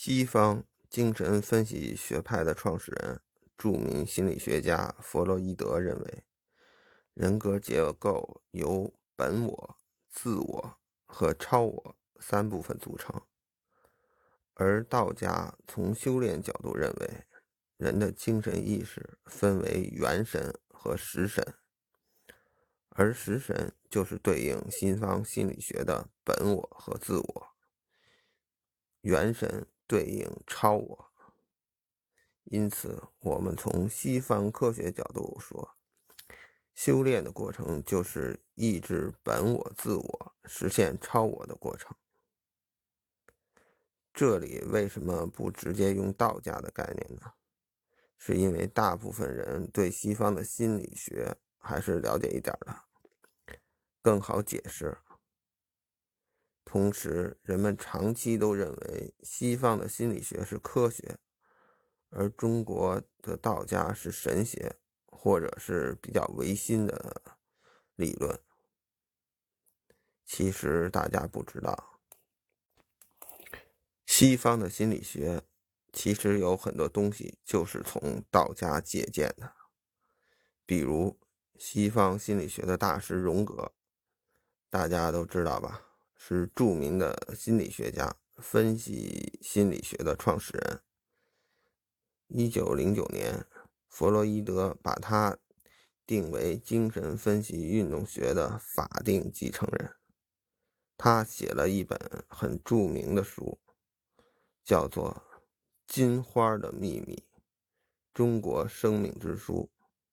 西方精神分析学派的创始人、著名心理学家弗洛伊德认为，人格结构由本我、自我和超我三部分组成，而道家从修炼角度认为，人的精神意识分为元神和食神，而食神就是对应西方心理学的本我和自我，元神对应超我。因此，我们从西方科学角度说，修炼的过程就是抑制本我、自我，实现超我的过程。这里为什么不直接用道家的概念呢？是因为大部分人对西方的心理学还是了解一点的，更好解释。同时，人们长期都认为西方的心理学是科学，而中国的道家是神学，或者是比较唯心的理论。其实大家不知道，西方的心理学其实有很多东西就是从道家借鉴的，比如西方心理学的大师荣格，大家都知道吧，是著名的心理学家，分析心理学的创始人。1909年，弗洛伊德把他定为精神分析运动学的法定继承人。他写了一本很著名的书，叫做《金花的秘密：中国生命之书》。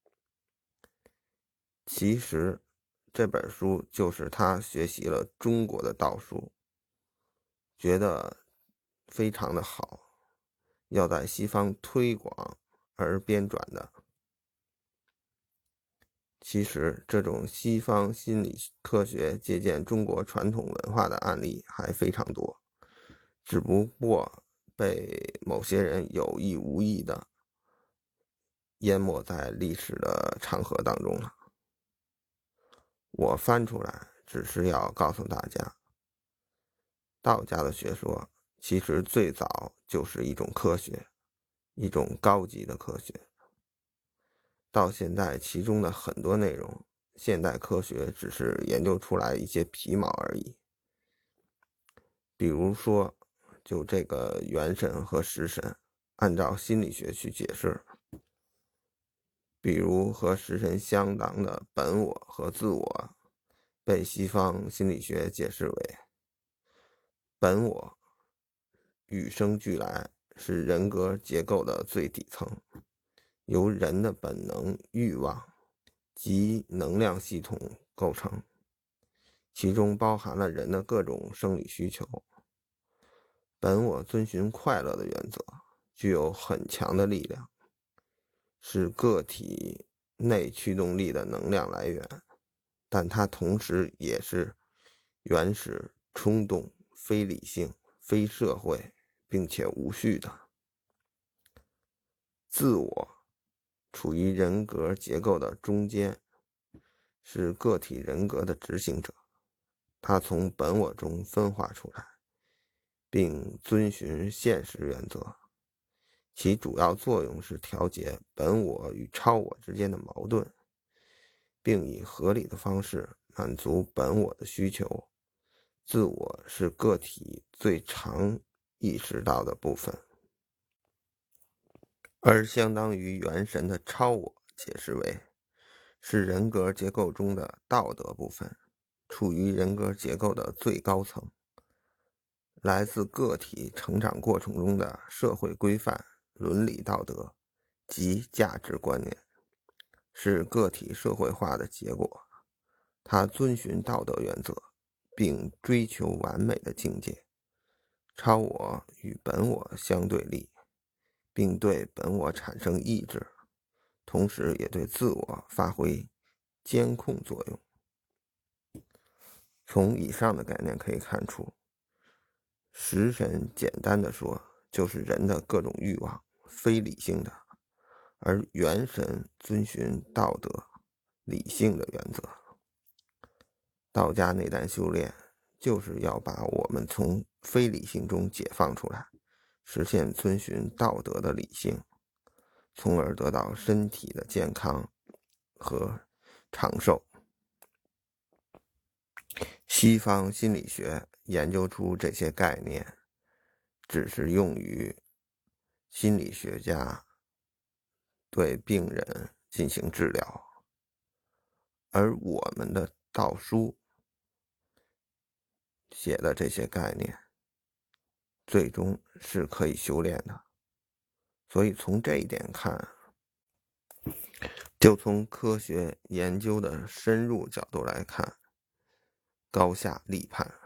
其实这本书就是他学习了中国的道术，觉得非常的好，要在西方推广而编撰的。其实这种西方心理科学借鉴中国传统文化的案例还非常多，只不过被某些人有意无意的淹没在历史的长河当中了。我翻出来只是要告诉大家，道家的学说其实最早就是一种科学，一种高级的科学。到现在其中的很多内容，现代科学只是研究出来一些皮毛而已。比如说，就这个元神和食神，按照心理学去解释，比如和食神相当的本我和自我，被西方心理学解释为本我与生俱来，是人格结构的最底层，由人的本能、欲望及能量系统构成，其中包含了人的各种生理需求。本我遵循快乐的原则，具有很强的力量，是个体内驱动力的能量来源，但它同时也是原始、冲动、非理性、非社会，并且无序的。自我处于人格结构的中间，是个体人格的执行者，它从本我中分化出来，并遵循现实原则，其主要作用是调节本我与超我之间的矛盾，并以合理的方式满足本我的需求。自我是个体最常意识到的部分，而相当于元神的超我解释为是人格结构中的道德部分，处于人格结构的最高层，来自个体成长过程中的社会规范、伦理道德及价值观念，是个体社会化的结果。它遵循道德原则，并追求完美的境界。超我与本我相对立，并对本我产生意志，同时也对自我发挥监控作用。从以上的概念可以看出，食神简单的说就是人的各种欲望，非理性的，而元神遵循道德、理性的原则。道家内丹修炼就是要把我们从非理性中解放出来， 实现遵循道德的理性，从而得到身体的健康和长寿。西方心理学研究出这些概念，只是用于心理学家对病人进行治疗，而我们的道书写的这些概念，最终是可以修炼的。所以从这一点看，就从科学研究的深入角度来看，高下立判。